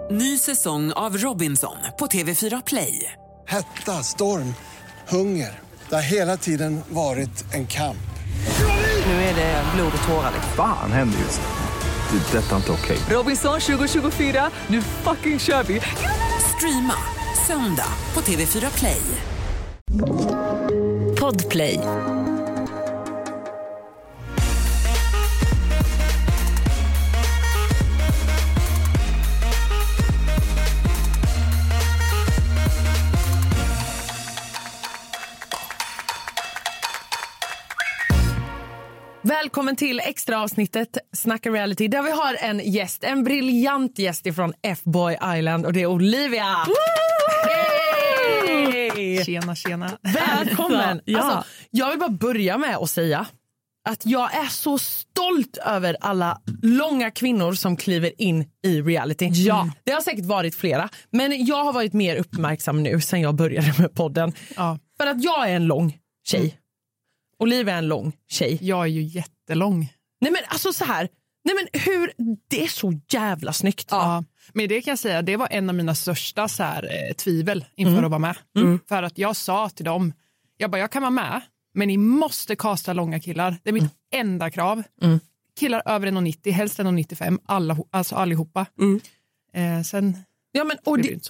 Ny säsong av Robinson på TV4 Play. Hetta, storm, hunger. Det har hela tiden varit en kamp. Nu är det blod och tårar. Fan händer just nu. Det. Detta är inte okej. Robinson 2024, nu fucking kör vi. Streama söndag på TV4 Play. Podplay. Välkommen till extra avsnittet Snacka Reality där vi har en gäst, en briljant gäst ifrån F-Boy Island och det är Olivia. Hey! Tjena. Välkommen. Ja. Alltså, jag vill bara börja med att säga att jag är så stolt över alla långa kvinnor som kliver in i reality. Ja, det har säkert varit flera, men jag har varit mer uppmärksam nu sen jag började med podden. Ja. För att jag är en lång tjej. Olivia är en lång tjej. Jag är ju jättelång. Nej men alltså så här. Nej men hur, det är så jävla snyggt. Ja. Men det kan jag säga, det var en av mina största så här, tvivel inför att vara med. För att jag sa till dem, jag kan vara med, men ni måste kasta långa killar. Det är mitt enda krav. Killar över 1,90, helst 1,95, alltså allihopa. Sen... Ja, men, och det,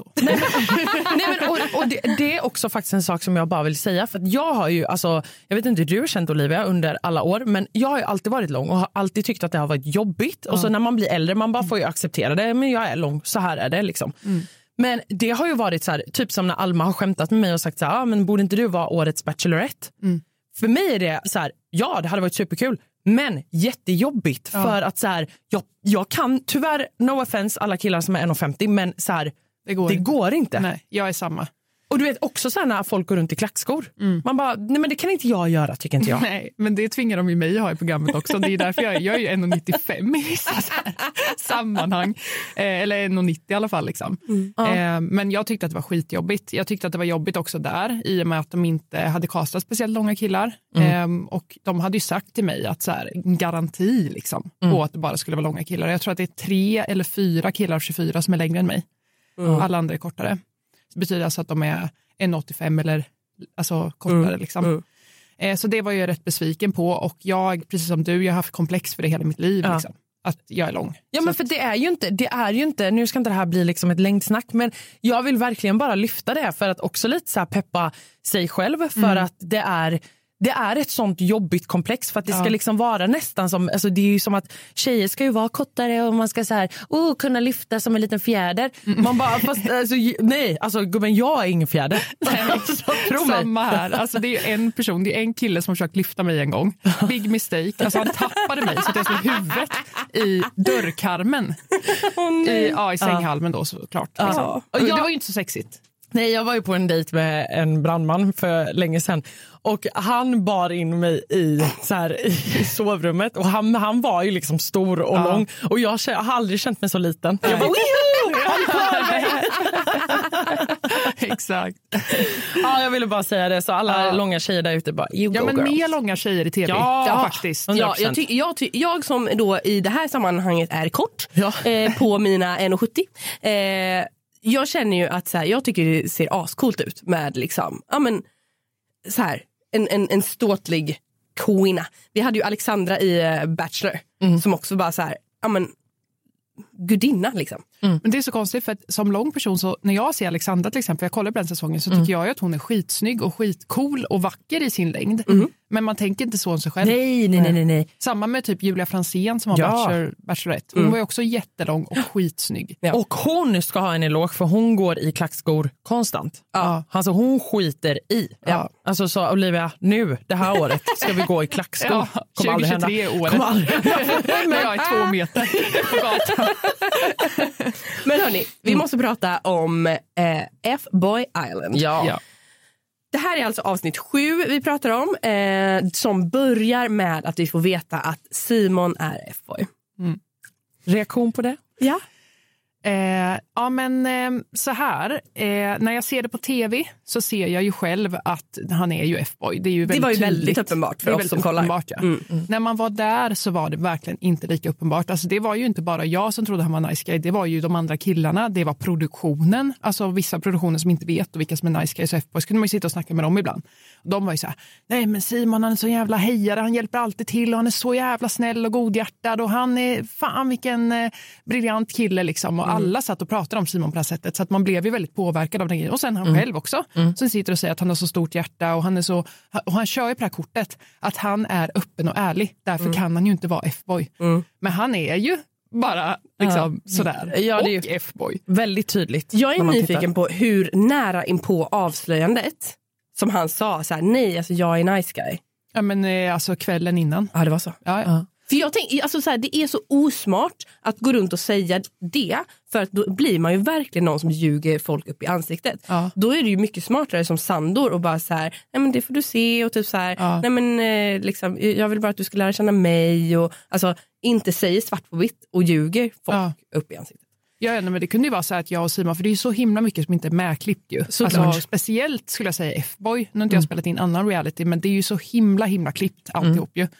det är också faktiskt en sak som jag bara vill säga. För att jag har ju, alltså, jag vet inte hur du har känt Olivia under alla år, men jag har ju alltid varit lång och har alltid tyckt att det har varit jobbigt. Och så när man blir äldre, man bara får ju acceptera det. Men jag är lång, så här är det liksom. Men det har ju varit så här, typ som när Alma har skämtat med mig och sagt så här, men borde inte du vara årets Bachelorette? För mig är det så här, ja det hade varit superkul. Men jättejobbigt för att så här, jag kan tyvärr, no offense alla killar som är 1,50, men så här, det går inte. Nej, jag är samma. Och du vet också så här när folk går runt i klackskor. Man bara, nej men det kan inte jag göra tycker inte jag. Nej, men det tvingar de ju mig att ha i programmet också. Det är därför jag är ju 1,95 i vissa så här sammanhang. Eller 1,90 i alla fall liksom. Men jag tyckte att det var skitjobbigt. Jag tyckte att det var jobbigt också där i och med att de inte hade kastat speciellt långa killar. Och de hade ju sagt till mig att så här, en garanti liksom på att det bara skulle vara långa killar. Jag tror att det är 3 eller 4 killar av 24 som är längre än mig. Alla andra är kortare. Det betyder alltså att de är 1,85 eller alltså kortare liksom. Så det var jag rätt besviken på och jag, precis som du, jag har haft komplex för det hela mitt liv liksom. Att jag är lång. Ja men för det är ju inte, nu ska inte det här bli liksom ett längdsnack, men jag vill verkligen bara lyfta det för att också lite så här peppa sig själv för att det är ett sånt jobbigt komplex för att det ska liksom vara nästan som, alltså det är ju som att tjejer ska ju vara kortare och man ska så här, kunna lyfta som en liten fjäder. Man bara, fast alltså, nej, alltså gubben, jag är ingen fjäder. Så, samma här, alltså det är ju en person, det är en kille som försökt lyfta mig en gång. Big mistake, alltså han tappade mig så att jag slog huvudet i dörrkarmen. I sänghalmen då såklart. Liksom. Och det var ju inte så sexigt. Nej, jag var ju på en dejt med en brandman för länge sedan och han bar in mig i sovrummet och han var ju liksom stor och lång och jag har aldrig känt mig så liten. Jag bara, exakt. Ja, jag ville bara säga det så alla långa tjejer där ute bara, you go men girls. Mer långa tjejer i tv. Ja, faktiskt. Ja, jag som då i det här sammanhanget är kort på mina 1,70. Jag känner ju att så här, jag tycker det ser ascoolt ut med liksom, ja men så här, en ståtlig kvinna. Vi hade ju Alexandra i Bachelor som också bara så här, ja men gudinna liksom. Men det är så konstigt för att som lång person så när jag ser Alexandra till exempel, jag kollar på den säsongen så tycker jag ju att hon är skitsnygg och skitcool och vacker i sin längd. Men man tänker inte så om sig själv. Nej. Samma med typ Julia Fransén som var Bachelorette. Hon var ju också jättelång och skitsnygg. Ja. Och hon ska ha en eloge för hon går i klackskor konstant. Alltså hon skiter i. Alltså så Olivia, nu det här året ska vi gå i klackskor. 2023 året. Men jag är 2 meter på gatan. Men hörni, vi måste prata om F-Boy Island. Ja. Det här är alltså avsnitt 7 vi pratar om, som börjar med att vi får veta att Simon är F-boy. Reaktion på det? Ja. Ja, men så här. När jag ser det på tv så ser jag ju själv att han är ju F-boy. Det var ju väldigt uppenbart för oss som kollar. Ja. När man var där så var det verkligen inte lika uppenbart. Alltså, det var ju inte bara jag som trodde han var nice guy. Det var ju de andra killarna. Det var produktionen. Alltså vissa produktioner som inte vet och vilka som är nice guys och F-boys. Kunde man ju sitta och snacka med dem ibland. De var ju så här: nej men Simon, han är så jävla hejare. Han hjälper alltid till och han är så jävla snäll och godhjärtad. Och han är fan vilken briljant kille liksom. Och alla satt och pratade om Simon på det här sättet. Så att man blev ju väldigt påverkad av den grejen. Och sen han själv också. Som sitter och säger att han har så stort hjärta. Och han kör ju på det här kortet. Att han är öppen och ärlig. Därför kan han ju inte vara F-boy. Men han är ju bara liksom sådär. Ja, det är och F-boy. Väldigt tydligt. Jag är nyfiken på hur nära in på avslöjandet som han sa så här: nej, alltså jag är nice guy. Ja, men alltså kvällen innan. Ja, det var så. Ja. För jag tänker, alltså så här, det är så osmart att gå runt och säga det, för att då blir man ju verkligen någon som ljuger folk upp i ansiktet. Ja. Då är det ju mycket smartare som Sandor och bara så här: nej men det får du se, och typ så här, nej men liksom, jag vill bara att du ska lära känna mig, och alltså inte säger svart på vitt och ljuger folk upp i ansiktet. Ja, men det kunde ju vara så att jag och Simon, för det är ju så himla mycket som inte är medklippt ju. Alltså, speciellt skulle jag säga F-boy. Nu har inte jag spelat in annan reality, men det är ju så himla klippt alltihop ju.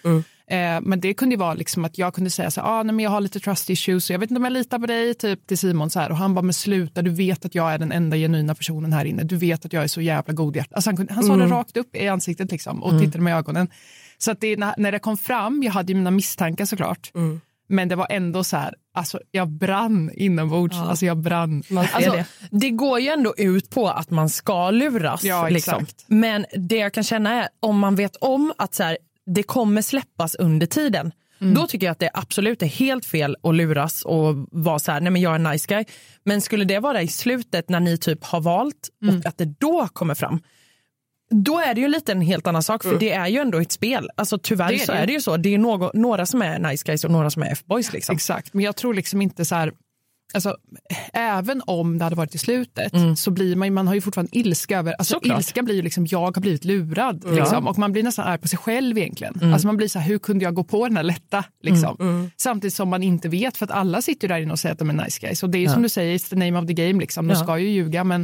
Men det kunde ju vara liksom att jag kunde säga så här: nej men jag har lite trust issues så jag vet inte om jag litar på dig, typ till Simon så här. Och han bara: men sluta, du vet att jag är den enda genuina personen här inne. Du vet att jag är så jävla godhjärtad. Alltså han sa det rakt upp i ansiktet liksom och tittade med ögonen. Så att det, när det kom fram, jag hade ju mina misstankar såklart. Men det var ändå så här, alltså jag brann inombords. Ja. Alltså jag brann. Alltså, det går ju ändå ut på att man ska luras. Ja, liksom. Men det jag kan känna är, om man vet om att så här, det kommer släppas under tiden. Då tycker jag att det absolut är helt fel att luras och vara så här: nej men jag är en nice guy. Men skulle det vara i slutet när ni typ har valt och att det då kommer fram, då är det ju lite en helt annan sak, för det är ju ändå ett spel. Alltså tyvärr så är det ju så. Det är några som är nice guys och några som är F-boys liksom. Exakt, men jag tror liksom inte så här, alltså även om det hade varit i slutet så blir man har ju fortfarande ilska över, alltså ilska blir ju liksom, jag har blivit lurad liksom, och man blir nästan arg på sig själv egentligen. Alltså man blir så här: hur kunde jag gå på den här lätta liksom? Samtidigt som man inte vet, för att alla sitter där inne och säger att de är nice guys, och det är ju som du säger, it's the name of the game liksom. De ska ju ljuga, men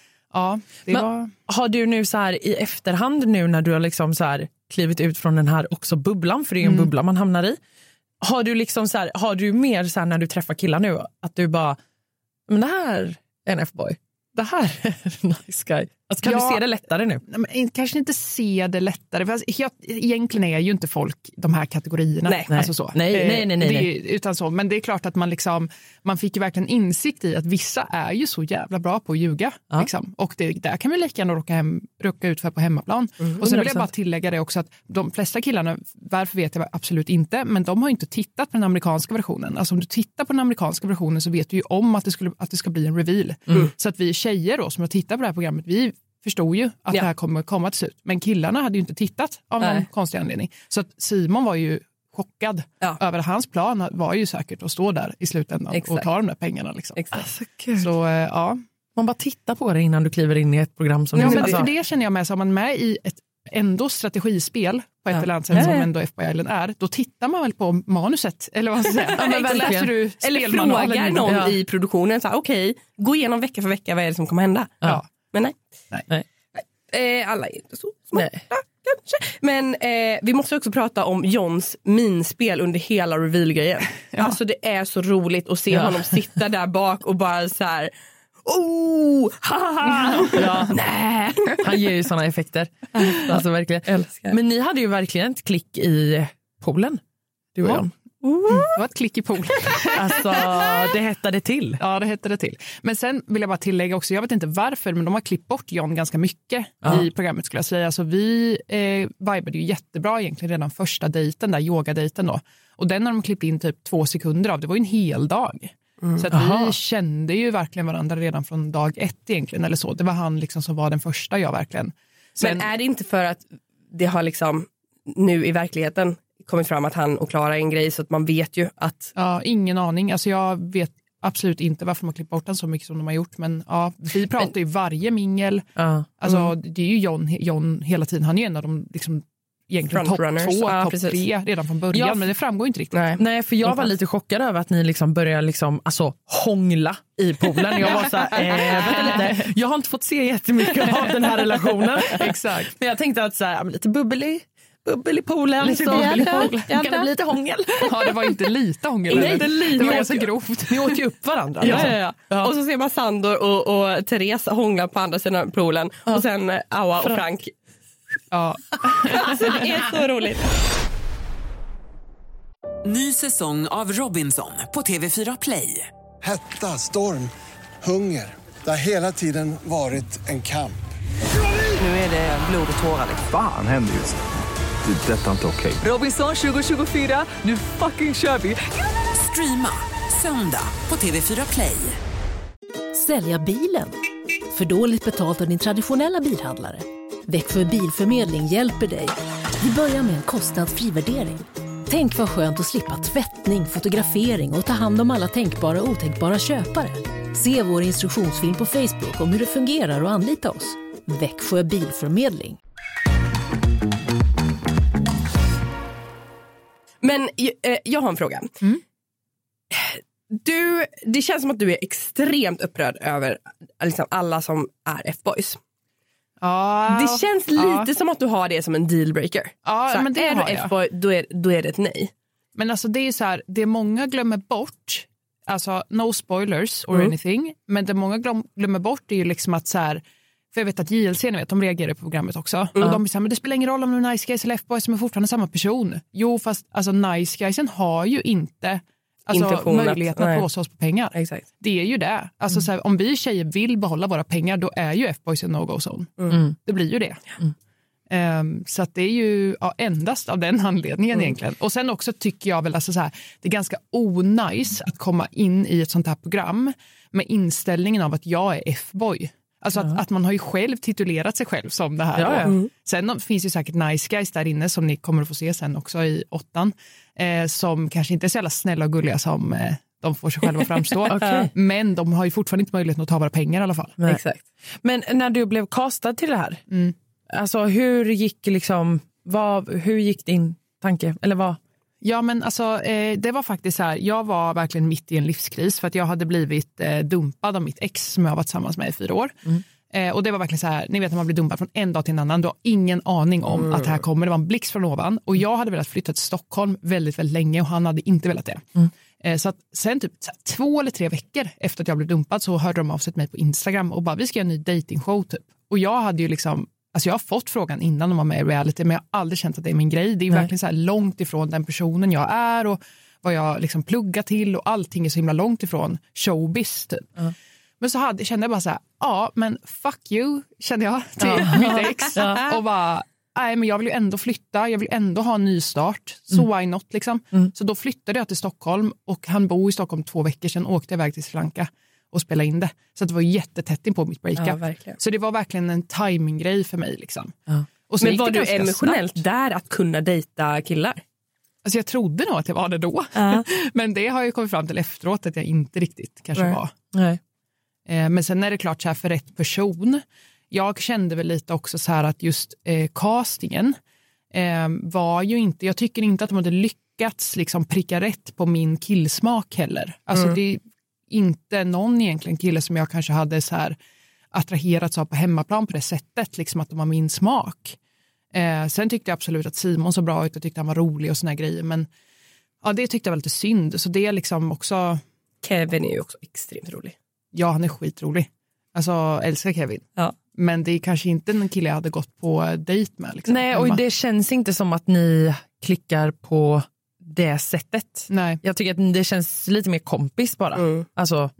ja, har du nu så här i efterhand, nu när du har liksom så här klivit ut från den här också bubblan, för det är en bubbla man hamnar i, har du liksom så här, har du mer så här när du träffar killar nu att du bara: men det här är en F-boy, det här är en nice guy? Alltså, kan du se det lättare nu? Men, kanske inte se det lättare. För egentligen är ju inte folk de här kategorierna. Nej. Alltså så. Nej. Utan så. Men det är klart att man fick ju verkligen insikt i att vissa är ju så jävla bra på att ljuga. Ja. Liksom. Och där kan vi lika gärna råka ut för på hemmaplan. Och sen vill jag bara tillägga det också, att de flesta killarna, varför vet jag absolut inte, men de har ju inte tittat på den amerikanska versionen. Alltså om du tittar på den amerikanska versionen så vet du ju om att det ska bli en reveal. Så att vi tjejer då som har tittat på det här programmet, vi förstod ju att det här kommer komma till slut. Men killarna hade ju inte tittat av någon konstig anledning. Så att Simon var ju chockad över att hans plan var ju säkert att stå där i slutändan och ta de där pengarna. Liksom. Alltså, så ja. Man bara tittar på det innan du kliver in i ett program som men för det känner jag med, så är man med i ett ändå strategispel på ett eller annat sätt som ändå FBI Island är, då tittar man väl på manuset, eller vad ska jag säga? Eller frågar någon i produktionen så här: okej, gå igenom vecka för vecka, vad är det som kommer hända? Ja. Men nej. Alla är inte så smarta kanske. Men vi måste också prata om Johns minspel under hela reveal-grejen. Alltså det är så roligt att se honom sitta där bak och bara så här: oh, nej. Han ger ju såna effekter. Alltså verkligen. Älskar. Men ni hade ju verkligen ett klick i poolen, du och John. Det var ett klick i poolen. Alltså det hettade till. Ja, det hettade till. Men sen vill jag bara tillägga också, jag vet inte varför, men de har klippt bort John ganska mycket i programmet, skulle jag säga. Alltså vi vibade ju jättebra egentligen redan första dejten, där yogadejten då. Och den har de klippt in typ 2 sekunder av. Det var ju en hel dag. Så att vi kände ju verkligen varandra redan från dag 1 egentligen, eller så. Det var han liksom som var den första, jag verkligen. Men är det inte för att det har liksom nu i verkligheten kommit fram att han och Klara är en grej, så att man vet ju att... Ja, ingen aning. Alltså jag vet absolut inte varför de har klippt bort den så mycket som de har gjort. Men ja, vi pratar ju varje mingel. Alltså det är ju John hela tiden. Han är ju en av de liksom egentligen topp 2, topp 3 redan från början, men det framgår inte riktigt. Nej, för jag var lite chockad över att ni liksom började liksom, alltså, hångla i poolen. Jag var så här, lite. Jag har inte fått se jättemycket av den här relationen. Exakt. Men jag tänkte att så här, lite bubbel i poolen. Lite så kan det bli lite hångel. Ja, det var inte lite hångel. Nej, det var ganska grovt. Ni åt ju upp varandra. Ja. Och så ser man Sandor och Therese hångla på andra sidan poolen. Och sen Aua och Frank. Ja. Alltså, det är så roligt. Ny säsong av Robinson på TV4 Play. Hetta, storm, hunger. Det har hela tiden varit en kamp. Nu är det blod och tårar. Fan händer just det. Det är detta inte okej. Robinson 2024, nu fucking kör vi. Streama söndag på TV4 Play. Sälja bilen? För dåligt betalt av din traditionella bilhandlare? Växjö Bilförmedling hjälper dig. Vi börjar med en kostnadsfri värdering. Tänk vad skönt att slippa tvättning, fotografering och ta hand om alla tänkbara och otänkbara köpare. Se vår instruktionsfilm på Facebook om hur det fungerar och anlita oss. Växjö Bilförmedling. Men jag har en fråga. Det känns som att du är extremt upprörd över liksom, alla som är F-boys. Det känns lite som att du har det som en dealbreaker. Så men det är du F-boy, då är det ett nej. Men alltså det är så här, det många glömmer bort, alltså no spoilers or anything, men det många glömmer bort är ju liksom att så här, för jag vet att JLC, ni vet, de reagerar på programmet också. Och de säger, men det spelar ingen roll om du är nice guys eller F-boys som är fortfarande samma person. Jo, fast alltså nice guysen har ju inte möjligheten att blåsa oss på pengar. Exakt. Det är ju det. Alltså så här, om vi tjejer vill behålla våra pengar, då är ju F-boys en no-go-zone. Det blir ju det. Så att det är ju endast av den anledningen egentligen. Och sen också tycker jag väl alltså så här, det är ganska onajs att komma in i ett sånt här program med inställningen av att jag är F-boy. Alltså att man har ju själv titulerat sig själv som det här. Sen finns ju säkert nice guys där inne som ni kommer att få se sen också i 8, som kanske inte är så jävla snälla och gulliga som de får sig själva framstå. Men de har ju fortfarande inte möjlighet att ta våra pengar i alla fall. Exakt. Men när du blev castad till det här, alltså hur gick din tanke? Eller vad? Ja, men alltså det var faktiskt så här, jag var verkligen mitt i en livskris för att jag hade blivit dumpad av mitt ex som jag har varit tillsammans med i 4 år. Och det var verkligen så här, ni vet när man blir dumpad från en dag till en annan, du har ingen aning om att det här kommer, det var en blixt från ovan. Och jag hade velat flytta till Stockholm väldigt, väldigt länge och han hade inte velat det. Så att sen typ 2 eller 3 veckor efter att jag blev dumpad så hörde de av sig till mig på Instagram och bara, vi ska göra en ny datingshow typ. Och jag hade ju liksom, alltså jag har fått frågan innan de var med i reality, men jag har aldrig känt att det är min grej. Det är verkligen så här långt ifrån den personen jag är och vad jag liksom pluggar till och allting är så himla långt ifrån showbiz typ. Men så kände jag bara så här, ja men fuck you, kände jag till mitt ex. Och bara, nej men jag vill ju ändå flytta, jag vill ändå ha en ny start. Så why not liksom. Så då flyttade jag till Stockholm och han bor i Stockholm 2 veckor sedan, åkte jag iväg till Sri Lanka och spela in det. Så det var jättetätt in på mitt breakup. Så det var verkligen en timing-grej för mig liksom. Och men var du emotionellt där att kunna dejta killar? Alltså jag trodde nog att jag var det då. Men det har jag kommit fram till efteråt att jag inte riktigt kanske var. Men sen är det klart så här, för rätt person. Jag kände väl lite också så här att just castingen var ju inte, jag tycker inte att de hade lyckats liksom pricka rätt på min killsmak heller. Alltså det är inte någon egentligen kille som jag kanske hade så här attraherats av på hemmaplan på det sättet, liksom att de var min smak. Sen tyckte jag absolut att Simon så bra ut, jag tyckte han var rolig och såna här grejer, men ja, det tyckte jag var lite synd. Så det är liksom också... Kevin är ju också extremt rolig. Ja, han är skitrolig. Alltså, älskar Kevin. Men det är kanske inte en kille jag hade gått på dejt med. Liksom. Nej, och det känns inte som att ni klickar på det sättet. Nej. Jag tycker att det känns lite mer kompis bara. Alltså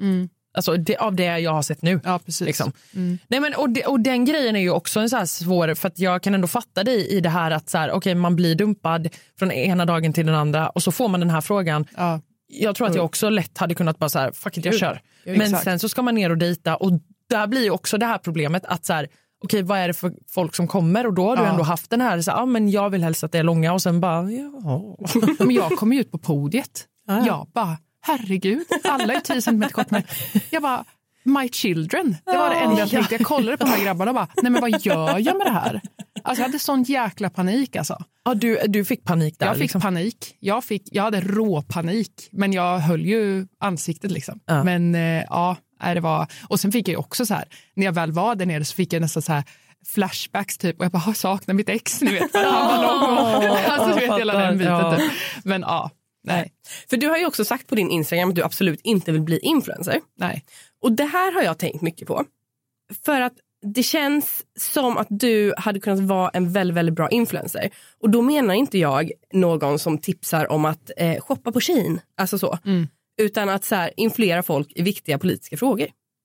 av det jag har sett nu. Ja, precis. Liksom. Nej, men, och den grejen är ju också en så här svår, för att jag kan ändå fatta dig i det här att så här, okej, man blir dumpad från ena dagen till den andra och så får man den här frågan. Jag tror att jag också lätt hade kunnat bara så här, fuck it, jag kör. Men sen så ska man ner och dejta och där blir ju också det här problemet att så här, okej, vad är det för folk som kommer? Och då har du ändå haft den här, så här, men jag vill helst att det är långa och sen bara, Men jag kom ju ut på podiet. Jag bara, herregud, alla är 10 centimeter kort med. Jag bara, my children. Det var det enda jag tänkte. Jag kollade på de här grabbarna och bara, nej men vad gör jag med det här? Alltså jag hade sån jäkla panik alltså. Ja, du fick panik där. Jag fick panik. Jag hade råpanik. Men jag höll ju ansiktet liksom. Ja. Men det var... Och sen fick jag ju också så här, när jag väl var där nere så fick jag nästan så här flashbacks typ. Och jag bara saknar mitt ex, ni vet. Han var lång alltså du vet hela den biten typ. Men nej. För du har ju också sagt på din Instagram att du absolut inte vill bli influencer. Nej. Och det här har jag tänkt mycket på. För att det känns som att du hade kunnat vara en väldigt, väldigt bra influencer. Och då menar inte jag någon som tipsar om att shoppa på Shein. Alltså så. Utan att så här, influera folk i viktiga politiska frågor.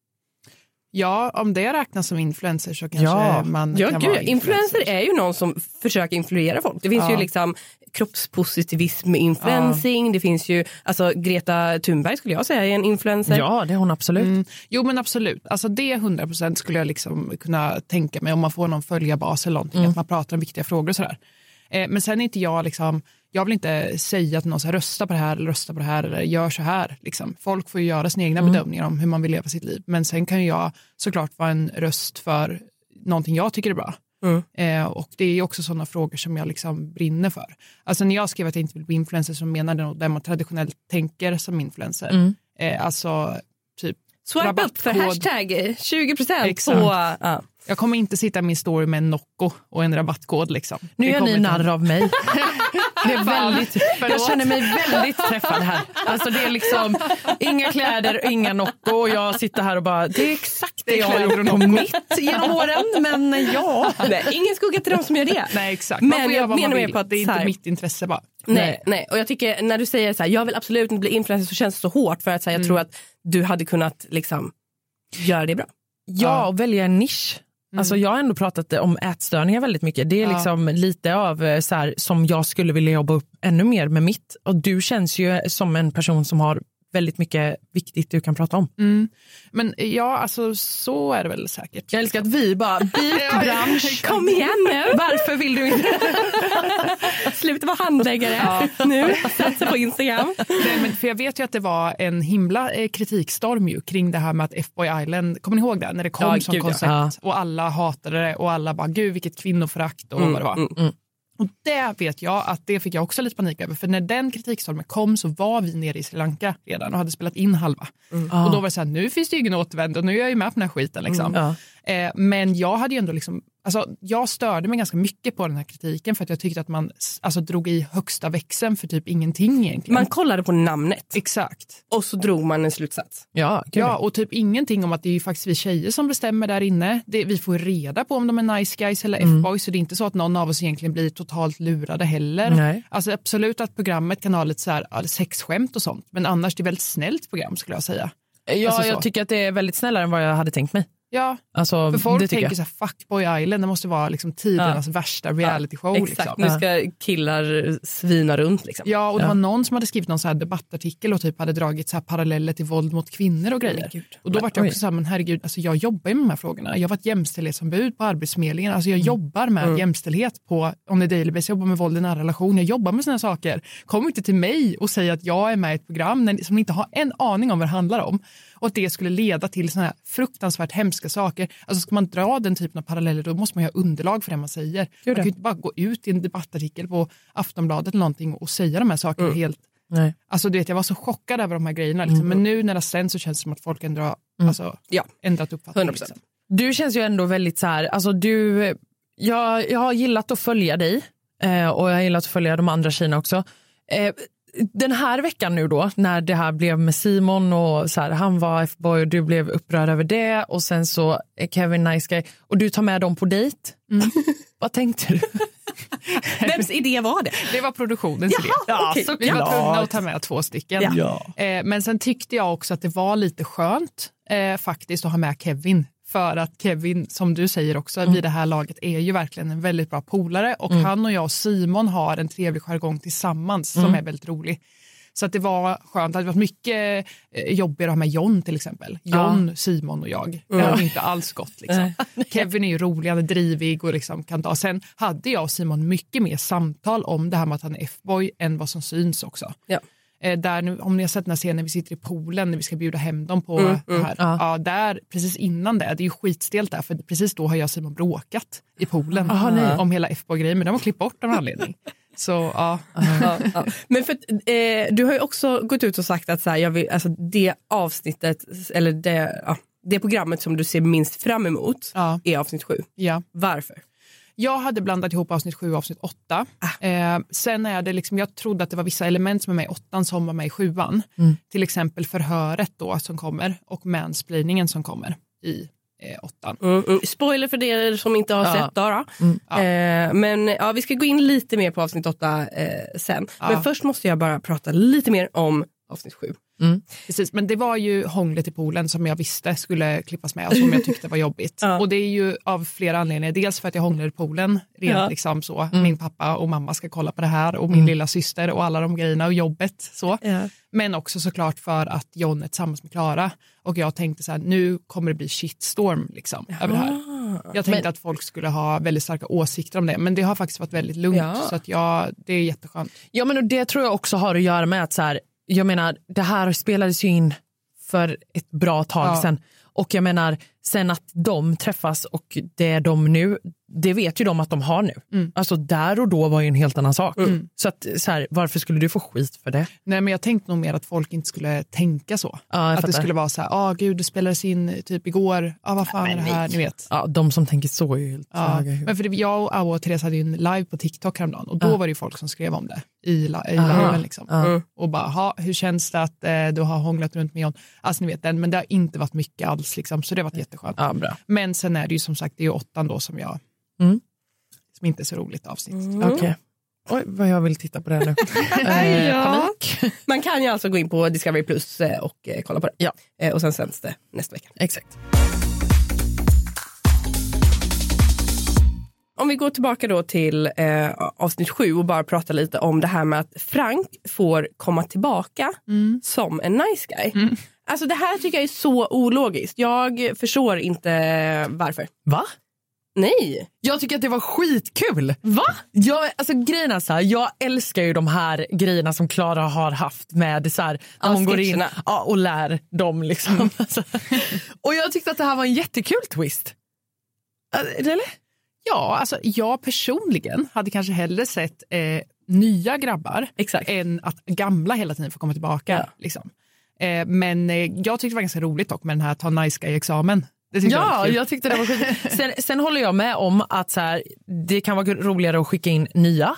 Ja, om det räknas som influencer så kanske man kan vara influencer är ju någon som försöker influera folk. Det finns ju liksom kroppspositivism, influencing. Det finns ju, alltså Greta Thunberg skulle jag säga är en influencer. Ja, det är hon absolut. Jo, men absolut. Alltså det 100% skulle jag liksom kunna tänka mig om man får någon följarbas eller någonting. Att man pratar om viktiga frågor och sådär. Men sen är inte jag liksom... Jag vill inte säga att någon ska rösta på det här eller gör så här. Liksom. Folk får ju göra sina egna bedömningar om hur man vill leva sitt liv. Men sen kan jag såklart vara en röst för någonting jag tycker är bra. Och det är också sådana frågor som jag liksom brinner för. Alltså när jag skrev att jag inte vill bli influencer så menar det där man traditionellt tänker som influencer. Alltså typ swipe upp för hashtag 20% exakt. På... Jag kommer inte sitta i min story med en Nocco och en rabattkod liksom. Nu gör ni narr av mig. Det är väldigt, jag känner mig väldigt träffad här. Alltså det är liksom inga kläder, inga Nocco och jag sitter här och bara, det är exakt det jag har gjort på mitt genom åren, men ja. Nej, ingen skugga till dem som gör det. Nej, exakt. Men jag menar mer på att det är inte mitt intresse bara. Nej, och jag tycker när du säger så här, jag vill absolut inte bli influencer så känns det så hårt för att så här, jag tror att du hade kunnat liksom göra det bra. Ja, och välja en nisch. Alltså jag har ändå pratat om ätstörningar väldigt mycket. Det är liksom lite av så här, som jag skulle vilja jobba upp ännu mer med mitt. Och du känns ju som en person som har väldigt mycket viktigt du kan prata om. Men ja, alltså så är det väl säkert. Jag älskar att vi bara byt bransch. Kom igen nu. Varför vill du inte? Sluta vara handläggare. Nu, satsa på Instagram. Nej, men för jag vet ju att det var en himla kritikstorm ju kring det här med att F-Boy Island, kommer ni ihåg det? När det kom som koncept och alla hatade det och alla bara, gud vilket kvinnoförakt och vad det var. Och det vet jag att det fick jag också lite panik över. För när den kritikstormen kom så var vi nere i Sri Lanka redan och hade spelat in halva. Och då var det så här, nu finns det ju ingen återvändo och nu är jag ju med på den här skiten liksom. Men jag hade ju ändå liksom, alltså jag störde mig ganska mycket på den här kritiken för att jag tyckte att man alltså drog i högsta växeln för typ ingenting egentligen. Man kollade på namnet. Exakt. Och så drog man en slutsats. Ja, och typ ingenting om att det är ju faktiskt vi tjejer som bestämmer där inne. Vi får reda på om de är nice guys eller F-boys, så det är inte så att någon av oss egentligen blir totalt lurade heller. Nej. Alltså absolut att programmet kan ha lite så här sexskämt och sånt, men annars det är väldigt snällt program skulle jag säga. Ja, alltså jag tycker att det är väldigt snällare än vad jag hade tänkt mig. Ja, alltså, för folk det tänker så här, Fuckboy Island, det måste vara liksom tidernas värsta reality show. Exakt, liksom. nu ska killar svina runt liksom. Ja, och det var någon som hade skrivit någon så här debattartikel och typ hade dragit så här paralleller till våld mot kvinnor och grejer. Och då var jag också så här, men herregud, alltså jag jobbar med de här frågorna. Jag har varit jämställdhetsombud på Arbetsförmedlingen. Alltså jag jobbar med jämställdhet på on the daily basis. Jag jobbar med våld i nära relation. Jag jobbar med såna saker. Kom inte till mig och säg att jag är med i ett program som inte har en aning om vad det handlar om. Och att det skulle leda till såna här fruktansvärt hemska saker. Alltså ska man dra den typen av paralleller, då måste man ju ha underlag för det man säger. Man kan ju inte bara gå ut i en debattartikel på Aftonbladet eller någonting och säga de här sakerna helt. Nej. Alltså du vet, jag var så chockad över de här grejerna. Liksom. Men nu när det sen så känns det som att folk ändå har ändrat uppfattning. 100%. Liksom. Du känns ju ändå väldigt så här, alltså jag har gillat att följa dig och jag har gillat att följa de andra tjejerna också. Den här veckan nu då, när det här blev med Simon och så här, han var F-boy och du blev upprörd över det och sen så Kevin Nice Guy och du tar med dem på dejt. Vad tänkte du? Vems idé var det? Det var produktionens idé. Ja, okay. Vi var tvungna att ta med 2 stycken. Ja. Men sen tyckte jag också att det var lite skönt faktiskt att ha med Kevin. För att Kevin, som du säger också, vid det här laget är ju verkligen en väldigt bra polare. Och han och jag och Simon har en trevlig jargong tillsammans som är väldigt rolig. Så att det var skönt. Det hade varit mycket jobbigare att ha med John till exempel. John, Simon och jag. Det hade inte alls gått. Liksom. Kevin är ju rolig, han är drivig och liksom kan ta. Sen hade jag och Simon mycket mer samtal om det här med att han är F-boy än vad som syns också. Ja. Där nu, om ni har sett den här scenen när vi sitter i poolen när vi ska bjuda hem dem på här. Ja, där är ju skitstelt där, för precis då har jag och Simon bråkat i poolen om hela F-boy-grejen, men de har klippt bort av en anledning. Så ja. Men för du har ju också gått ut och sagt att så här, alltså det avsnittet eller det programmet som du ser minst fram emot är avsnitt 7. Ja. Varför? Jag hade blandat ihop avsnitt 7 och avsnitt 8. Sen är det liksom, jag trodde att det var vissa element som är med i 8 som var med i 7:an. Till exempel förhöret då som kommer och mansplainingen som kommer i 8. Spoiler för det som inte har sett då. Men vi ska gå in lite mer på avsnitt 8 sen. Men först måste jag bara prata lite mer om avsnitt 7. Precis, men det var ju hånglet i poolen som jag visste skulle klippas med och som jag tyckte var jobbigt. Och det är ju av flera anledningar. Dels för att jag hånglar i poolen rent liksom så. Min pappa och mamma ska kolla på det här och min lilla syster och alla de grejerna och jobbet så. Men också såklart för att John är tillsammans med Clara och jag tänkte så här, nu kommer det bli shitstorm liksom över det här. Jag tänkte att folk skulle ha väldigt starka åsikter om det, men det har faktiskt varit väldigt lugnt så att det är jätteskönt. Ja, men och det tror jag också har att göra med att så här, jag menar, det här spelades ju in för ett bra tag sedan. Och jag menar, sen att de träffas och det är de nu, det vet ju de att de har nu. Alltså där och då var ju en helt annan sak. Så att så här, varför skulle du få skit för det? Nej, men jag tänkte nog mer att folk inte skulle tänka så. Att det skulle vara så här, gud, det spelades in typ igår. Vad fan är det här, ni vet. Ja, de som tänker så är ju helt men för jag och Awa och Therese hade ju en live på TikTok häromdagen. Och då var det ju folk som skrev om det i liven liksom. Och bara, hur känns det att du har hånglat runt med John? Alltså ni vet den, men det har inte varit mycket alls liksom. Så det har varit jätteskönt. Bra. Men sen är det ju som sagt, det är ju 8 då som jag som inte är så roligt avsnitt. Okej. Oj, vad jag vill titta på det nu. Panik. Man kan ju alltså gå in på Discovery Plus och kolla på det. Och sen sänds det nästa vecka. Exakt. Om vi går tillbaka då till avsnitt 7 och bara prata lite om det här med att Frank får komma tillbaka som en nice guy. Alltså det här tycker jag är så ologiskt. Jag förstår inte varför. Va? Nej. Jag tycker att det var skitkul. Va? Alltså grejerna så här, jag älskar ju de här grejerna som Clara har haft med så här, när hon går in och lär dem liksom. Och jag tyckte att det här var en jättekul twist. Eller? Ja, alltså jag personligen hade kanske hellre sett nya grabbar än att gamla hela tiden får komma tillbaka. Liksom. Men jag tyckte det var ganska roligt dock med den här ta nice guy-examen. Jag tyckte det var sjukt. Sen håller jag med om att så här, det kan vara roligare att skicka in nya.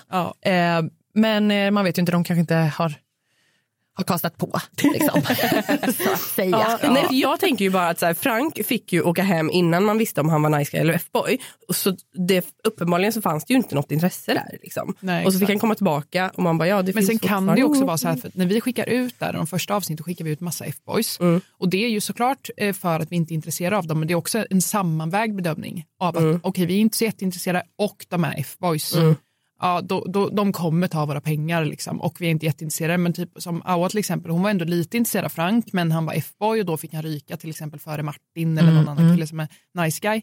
Men man vet ju inte, de kanske inte har kastat på liksom. Så att säga. Nej, jag tänker ju bara att så här, Frank fick ju åka hem innan man visste om han var nice guy eller F-boy. Så uppenbarligen så fanns det ju inte något intresse där liksom. Nej, och så fick han komma tillbaka och man bara det men finns. Sen kan det ju också vara så här, för när vi skickar ut där de första avsnitten skickar vi ut massa F-boys. Och det är ju såklart för att vi inte är intresserade av dem, men det är också en sammanvägd bedömning av att okej, vi är inte så jätteintresserade och de är F-boys. Ja, de kommer ta våra pengar liksom, och vi är inte jätteintresserade, men typ som Awa till exempel, hon var ändå lite intresserad av Frank, men han var F-boy och då fick han ryka till exempel före Martin eller någon annan kille som är nice guy.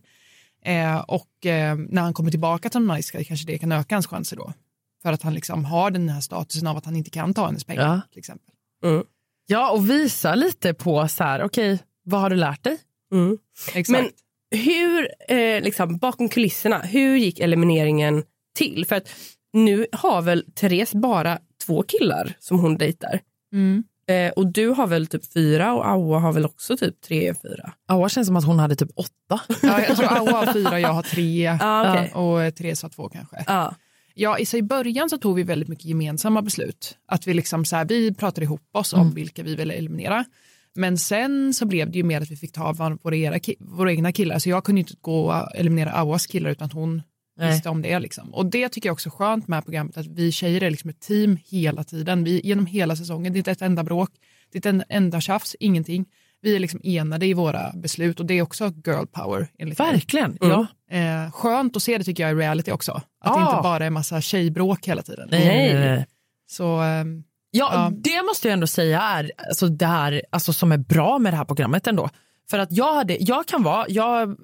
När han kommer tillbaka som nice guy kanske det kan öka hans chanser då, för att han liksom har den här statusen av att han inte kan ta hennes pengar till exempel. Ja, och visa lite på så här, okej, vad har du lärt dig? Exakt. Men hur liksom bakom kulisserna, hur gick elimineringen till? För att nu har väl Therese bara 2 killar som hon dejtar. Och du har väl typ 4 och Awa har väl också typ 3-4. Awa känns som att hon hade typ 8. Ja, jag tror Awa har 4, jag har 3 och Therese har 2 kanske. Ja, i början så tog vi väldigt mycket gemensamma beslut. Att vi liksom så här, vi pratade ihop oss om vilka vi ville eliminera. Men sen så blev det ju mer att vi fick ta våra egna killar. Så jag kunde inte gå och eliminera Awas killar utan hon visste om det liksom. Och det tycker jag också är skönt med programmet, att vi tjejer är liksom ett team hela tiden. Vi genom hela säsongen, det är inte ett enda bråk, det är inte en enda tjafs, ingenting. Vi är liksom enade i våra beslut och det är också girl power enligt mig. Verkligen, skönt att se det tycker jag i reality också. Att det inte bara är massa tjejbråk hela tiden. Nej. Så det måste jag ändå säga är alltså det här alltså, som är bra med det här programmet ändå. För att jag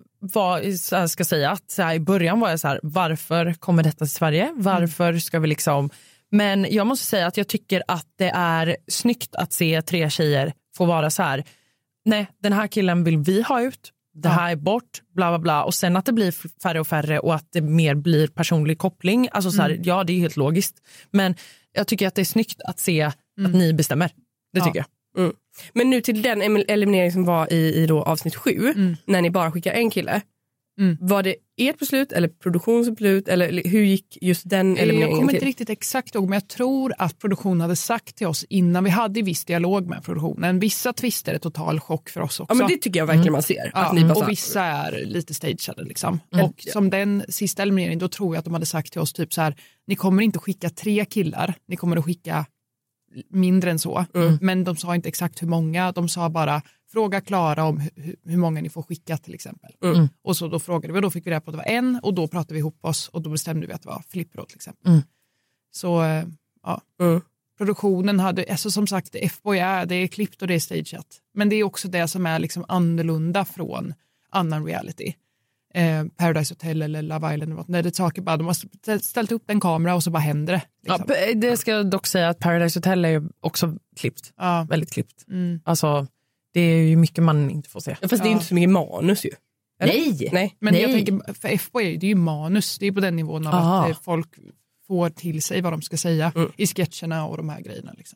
ska säga att så här, i början var jag så här, varför kommer detta till Sverige? Varför ska vi liksom Men jag måste säga att jag tycker att det är snyggt att se 3 tjejer få vara så här. Nej, den här killen vill vi ha ut. Det här är bort, bla bla bla. Och sen att det blir färre och färre och att det mer blir personlig koppling. Alltså så här, ja, det är helt logiskt. Men jag tycker att det är snyggt att se att ni bestämmer. Det tycker jag. Mm. Men nu till den eliminering som var i då avsnitt 7, när ni bara skickar en kille. Var det ert beslut eller produktionsbeslut eller hur gick just den elimineringen Jag kommer till? inte riktigt exakt ihåg, men jag tror att produktionen hade sagt till oss innan, vi hade viss dialog med produktionen. Vissa twister är total chock för oss också. Ja, men det tycker jag verkligen man ser. Att ni bara och vissa är lite stageade liksom. Och som den sista elimineringen, då tror jag att de hade sagt till oss typ så här: ni kommer inte skicka 3 killar, ni kommer att skicka mindre än så. Men de sa inte exakt hur många, de sa bara fråga Klara om hur många ni får skicka till exempel. Och så då frågade vi, och då fick vi reda på att det var en, och då pratade vi ihop oss och då bestämde vi att det var Flipper till exempel. Så ja. Produktionen hade, alltså som sagt, F-boy det är klippt och det är stageat. Men det är också det som är liksom annorlunda från annan reality. Paradise Hotel eller Love Island, när det saker bara, de har ställt upp en kamera och så bara händer det liksom. Ja, det ska jag dock säga att Paradise Hotel är ju också klippt. Väldigt klippt. Alltså, det är ju mycket man inte får se. Ja, fast det är inte så mycket manus ju. Nej. Men jag tänker, för F-boy det är ju manus, det är på den nivån av att folk får till sig vad de ska säga i sketcherna och de här grejerna liksom.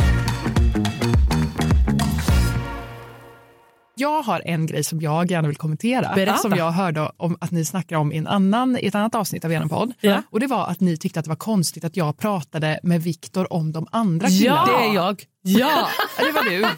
Jag har en grej som jag gärna vill kommentera. Berätta. Som jag hörde om att ni snackar om i ett annat avsnitt av er podd. Och det var att ni tyckte att det var konstigt att jag pratade med Viktor om de andra killarna. Ja, det är jag. Ja, det var du.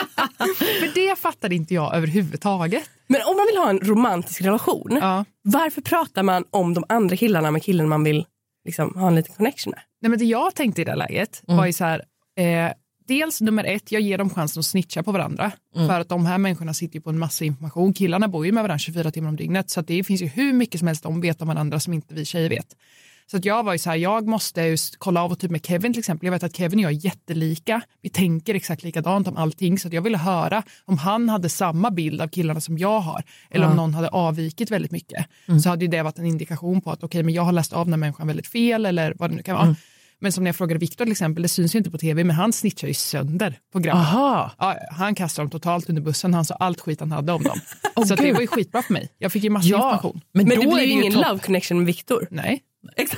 För det fattade inte jag överhuvudtaget. Men om man vill ha en romantisk relation, varför pratar man om de andra killarna med killen man vill liksom ha en liten connection med? Nej, men det jag tänkte i det läget var ju så här... dels nummer 1, jag ger dem chansen att snitcha på varandra. För att de här människorna sitter ju på en massa information. Killarna bor ju med varandra 24 timmar om dygnet. Så att det finns ju hur mycket som helst de vet om varandra som inte vi tjejer vet. Så att jag var ju så här, jag måste just kolla av och typ med Kevin till exempel. Jag vet att Kevin och jag är jättelika. Vi tänker exakt likadant om allting. Så att jag ville höra om han hade samma bild av killarna som jag har. Eller om någon hade avvikit väldigt mycket. Så hade ju det varit en indikation på att okej, men jag har läst av den här människan väldigt fel. Eller vad det nu kan vara. Men som när jag frågade Viktor till exempel, det syns ju inte på tv, men han snitchar ju sönder på grabbar. Ja, han kastar dem totalt under bussen, han sa allt skit han hade om dem. Så det var ju skitbra för mig. Jag fick ju massa information. Men det blir ju ingen love connection med Viktor. Nej. Exakt.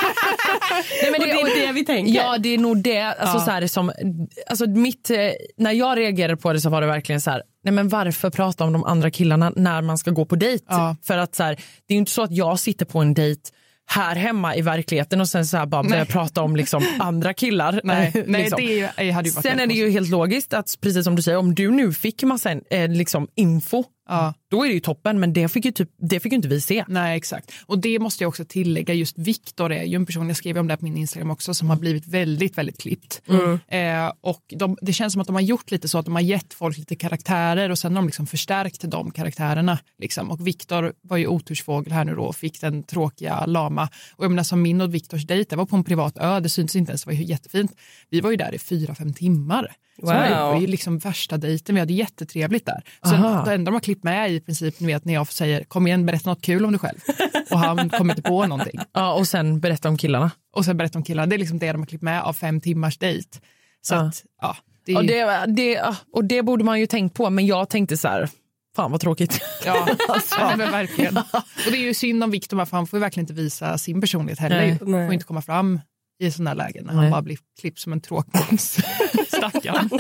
Nej, men det är det vi tänker. Ja, det är nog det. Alltså, så här, som, alltså, när jag reagerade på det så var det verkligen så här, nej men varför prata om de andra killarna när man ska gå på dejt? För att så här, det är ju inte så att jag sitter på en dejt här hemma i verkligen och sen så här bara börja prata om liksom andra killar. Nej, liksom. det hade ju varit. Sen är det ju helt logiskt att precis som du säger, om du nu fick massa liksom info, då är det ju toppen, men det fick ju inte vi se. Nej, exakt. Och det måste jag också tillägga, just Viktor är ju en person, jag skrev om det på min Instagram också, som har blivit väldigt, väldigt klippt. Och det känns som att de har gjort lite så att de har gett folk lite karaktärer och sen har de liksom förstärkt de karaktärerna. Liksom. Och Viktor var ju otursfågel här nu då och fick den tråkiga lama. Och jag menar, som min och Viktors dejt, det var på en privat ö, det syntes inte ens, det var ju jättefint. Vi var ju där i 4-5 timmar. Så det var ju liksom värsta dejten, vi hade jättetrevligt där. Sen det enda de har klippt med i princip, ni vet, när jag säger kom igen, berätta något kul om dig själv. Och han kommer inte på någonting. Ja, och sen berätta om killarna. Det är liksom det de har klippt med av 5 timmars dejt. Så att, det är... och det borde man ju tänkt på, men jag tänkte så här, fan vad tråkigt. Ja, alltså, men verkligen. Och det är ju synd om Viktor, för han får ju verkligen inte visa sin personlighet heller. Han får inte komma fram i sådana här lägen när han bara blir klippt som en tråkmåns. Stackarn.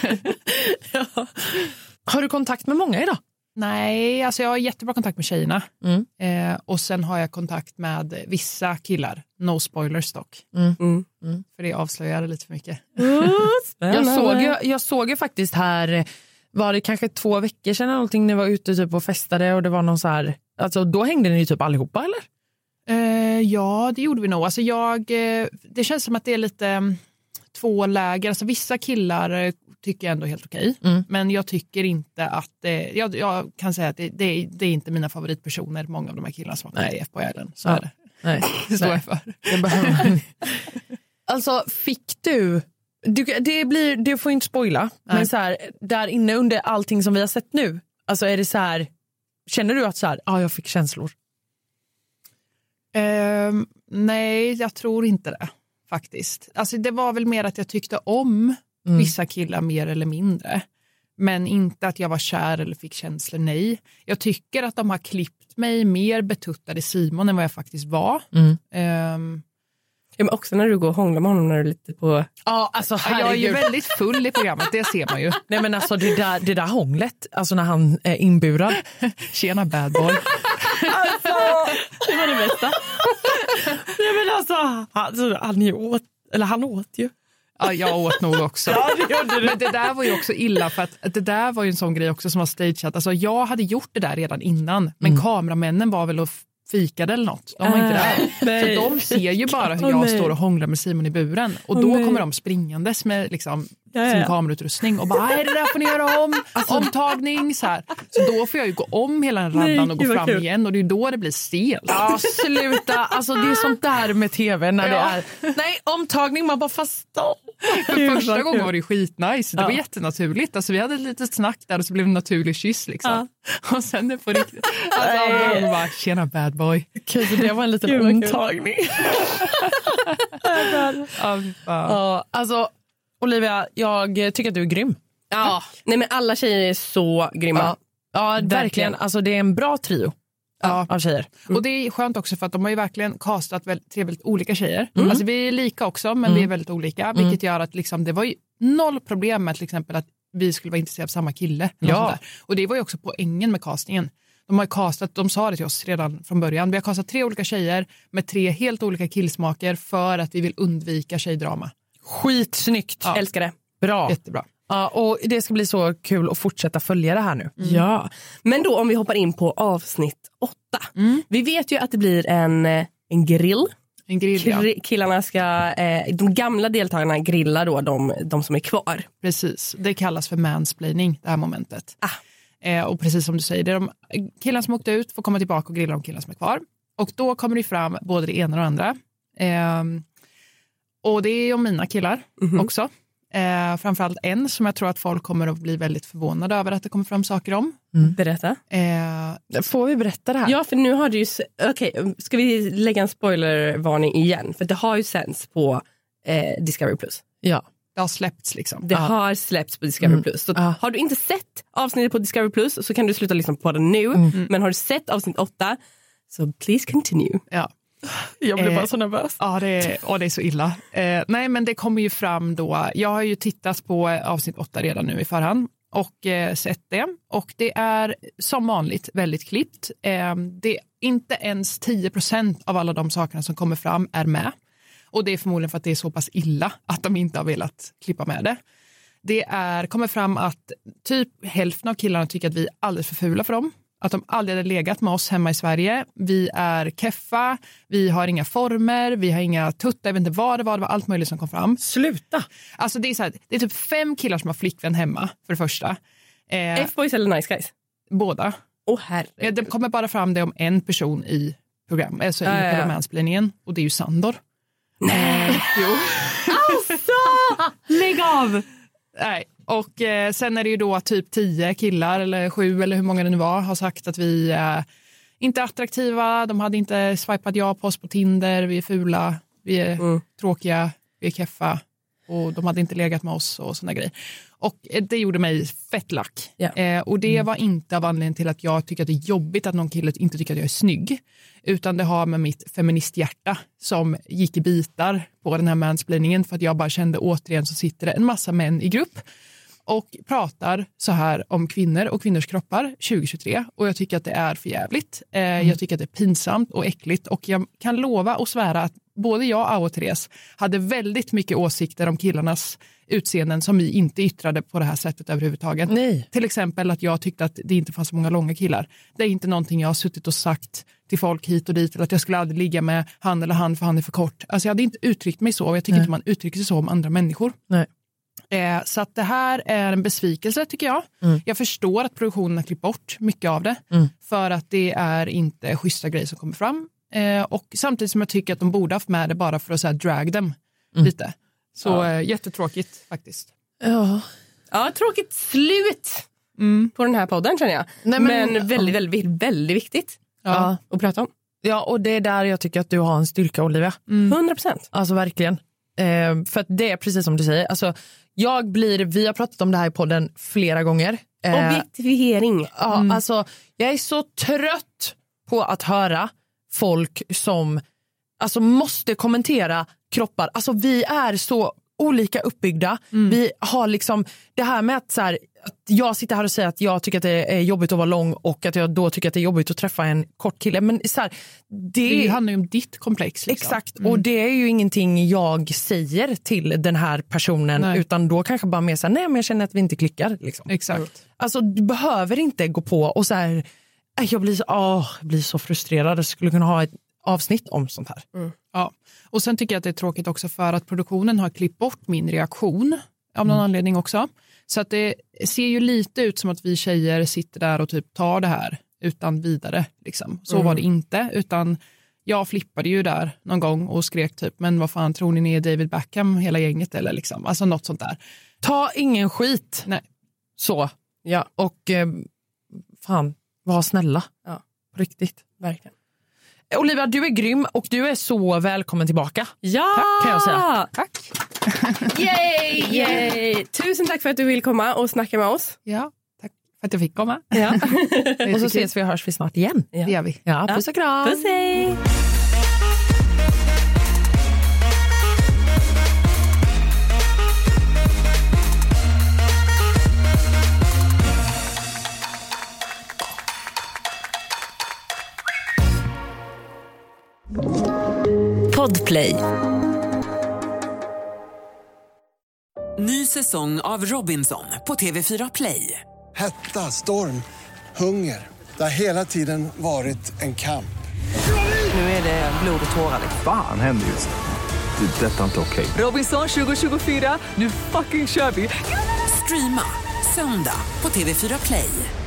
Har du kontakt med många idag? Nej, alltså jag har jättebra kontakt med tjejerna. Och sen har jag kontakt med vissa killar. No spoilers dock. För det avslöjar lite för mycket. Jag såg ju faktiskt här, var det kanske 2 veckor sedan någonting, ni var ute typ och festade och det var någon så här, alltså då hängde ni typ allihopa eller? Ja, det gjorde vi nog. Alltså det känns som att det är lite 2 läger. Alltså vissa killar tycker jag ändå är helt okej. Men jag tycker inte att jag kan säga att det är inte mina favoritpersoner, många av de här killarna som har varit i F på Island. Så är det. Nej. Det står jag för. Alltså fick du får inte spoila, men så här, där inne under allting som vi har sett nu, alltså är det så här, känner du att så här, jag fick känslor? Nej, jag tror inte det. faktiskt. Alltså det var väl mer att jag tyckte om vissa killar mer eller mindre. Men inte att jag var kär eller fick känslor, nej. Jag tycker att de har klippt mig mer betuttad i Simon än vad jag faktiskt var. Ja, men också när du går och hånglar med honom när du är lite på... Ja, alltså jag är ju väldigt full i programmet, det ser man ju. Nej men alltså det där hånglet, alltså när han är inburad. Tjena bad boy. Alltså, det var det bästa. Nej men alltså han åt ju. Ja, jag åt nog också. Ja, det gjorde du. Men det där var ju också illa för att det där var ju en sån grej också som var stageat. Alltså jag hade gjort det där redan innan, men kameramännen var väl och fikade eller något. De var inte där. Så de ser ju bara hur jag står och hånglar med Simon i buren. Och då kommer de springandes med liksom sin kamerautrustning och bara, det där får ni göra om. Omtagning, så här. Så då får jag ju gå om hela den raddan och gå fram igen. Och det är då det blir stelt. Ja, sluta. Alltså det är sånt där med tv när det är... Nej, omtagning, man bara fastår. Första gången var det ju skitnice. Det var jättenaturligt. Alltså vi hade ett litet snack där och så blev det en naturlig kyss liksom. Och sen det på riktigt. Alltså bara, tjena bad boy. Okej, så det var en liten omtagning. Alltså Olivia, jag tycker att du är grym. Ja, nej men alla tjejer är så grymma. Ja, verkligen. Alltså det är en bra trio av tjejer. Och det är skönt också för att de har ju verkligen castat tre väldigt olika tjejer. Alltså vi är lika också, men vi är väldigt olika. Vilket gör att liksom, det var ju noll problem med till exempel att vi skulle vara intresserade av samma kille. Och det var ju också poängen med castingen. De har ju castat, de sa det till oss redan från början. Vi har castat 3 olika tjejer med 3 helt olika killsmaker för att vi vill undvika tjejdrama. Skitsnyggt. Ja. Älskar det. Bra. Jättebra. Ja, och det ska bli så kul att fortsätta följa det här nu. Ja, men då om vi hoppar in på avsnitt 8. Vi vet ju att det blir en grill. En grill, Killarna ska, de gamla deltagarna grillar då de som är kvar. Precis, det kallas för mansplaining, det här momentet. Och precis som du säger, det är de killarna som åkte ut får komma tillbaka och grilla de killarna som är kvar. Och då kommer det fram både det ena och det andra. Och det är om mina killar också. Framförallt en som jag tror att folk kommer att bli väldigt förvånade över att det kommer fram saker om. Berätta. Får vi berätta det här? Ja, för nu har det ju... Okej, ska vi lägga en spoilervarning igen? För det har ju sänds på Discovery+. Ja. Det har släppts liksom. Det har släppts på Discovery+. Så har du inte sett avsnittet på Discovery+, så kan du sluta lyssna på den nu. Men har du sett avsnitt 8, så please continue. Ja. Jag blir bara så nervös. Ja, det är så illa. Nej, men det kommer ju fram då. Jag har ju tittat på avsnitt 8 redan nu i förhand och sett det. Och det är som vanligt väldigt klippt. Det är inte ens 10% av alla de sakerna som kommer fram är med. Och det är förmodligen för att det är så pass illa att de inte har velat klippa med det. Det kommer fram att typ hälften av killarna tycker att vi är alldeles för fula för dem. Att de aldrig hade legat med oss hemma i Sverige. Vi är keffa, vi har inga former, vi har inga tuttar, jag vet inte vad det var allt möjligt som kom fram. Sluta! Alltså det är så här, det är typ 5 killar som har flickvän hemma, för det första. F-boys eller nice guys? Båda. Herregud. Det kommer bara fram det om en person i program, alltså i själva mansplainingen, och det är ju Sandor. Nej. Jo. Alltså! Lägg av! Nej. Och sen är det ju då typ 10 killar eller 7 eller hur många det nu var har sagt att vi inte är attraktiva, de hade inte swipat ja på oss på Tinder, vi är fula, vi är tråkiga, vi är keffa och de hade inte legat med oss och såna grejer. Och det gjorde mig fett lack. Och det var inte av anledningen till att jag tycker att det är jobbigt att någon kille inte tycker att jag är snygg. Utan det har med mitt feministhjärta som gick i bitar på den här mansplainingen. För att jag bara kände återigen så sitter det en massa män i grupp och pratar så här om kvinnor och kvinnors kroppar 2023. Och jag tycker att det är för jävligt. Jag tycker att det är pinsamt och äckligt. Och jag kan lova och svära att både jag och Therese hade väldigt mycket åsikter om killarnas utseenden som vi inte yttrade på det här sättet överhuvudtaget. Nej. Till exempel att jag tyckte att det inte fanns så många långa killar. Det är inte någonting jag har suttit och sagt till folk hit och dit, eller att jag skulle aldrig ligga med han eller han för han är för kort. Alltså jag hade inte uttryckt mig så, och jag tycker inte man uttrycker sig så om andra människor. Nej. Så att det här är en besvikelse tycker jag. Jag förstår att produktionen har klippt bort mycket av det för att det är inte schyssta grejer som kommer fram. Och samtidigt som jag tycker att de borde haft med det bara för att så här, drag dem lite. Så jättetråkigt faktiskt. Ja, tråkigt slut på den här podden känner jag. Nej, men väldigt, väldigt, väldigt viktigt att prata om. Ja, och det är där jag tycker att du har en styrka, Olivia. 100%. Alltså verkligen. För att det är precis som du säger. Alltså, vi har pratat om det här i podden flera gånger. Objektifiering. Ja, alltså, jag är så trött på att höra folk som måste kommentera kroppar. Alltså, vi är så olika uppbyggda. Vi har liksom det här med att, så här, att jag sitter här och säger att jag tycker att det är jobbigt att vara lång och att jag då tycker att det är jobbigt att träffa en kort kille. Men så här, det handlar ju om ditt komplex. Liksom. Exakt, och det är ju ingenting jag säger till den här personen. Nej. Utan då kanske bara mer så här, nej men jag känner att vi inte klickar. Liksom. Exakt. Alltså du behöver inte gå på och så här, jag blir så frustrerad. Jag skulle kunna ha ett avsnitt om sånt här. Ja. Och sen tycker jag att det är tråkigt också för att produktionen har klippt bort min reaktion av någon anledning också. Så att det ser ju lite ut som att vi tjejer sitter där och typ tar det här utan vidare. Liksom. Så var det inte, utan jag flippade ju där någon gång och skrek typ, men vad fan tror ni är David Beckham hela gänget eller liksom, alltså något sånt där. Ta ingen skit. Nej. Så. Ja. Och fan, var snälla. Ja. På riktigt. Verkligen. Olivia, du är grym och du är så välkommen tillbaka. Ja! Tack, kan jag säga. Tack. Yay! Tusen tack för att du vill komma och snacka med oss. Ja, tack för att jag fick komma. Ja. Och så ses vi och hörs vi snart igen. Ja. Det gör vi. Ja, puss och kram. Puss, hej! Podplay. Ny säsong av Robinson på TV4 Play. Hetta, storm, hunger. Det har hela tiden varit en kamp. Nu är det blod och tårar. Fan händer just det. Det är detta inte okej. Robinson 2024, nu fucking kör vi! Streama söndag på TV4 Play.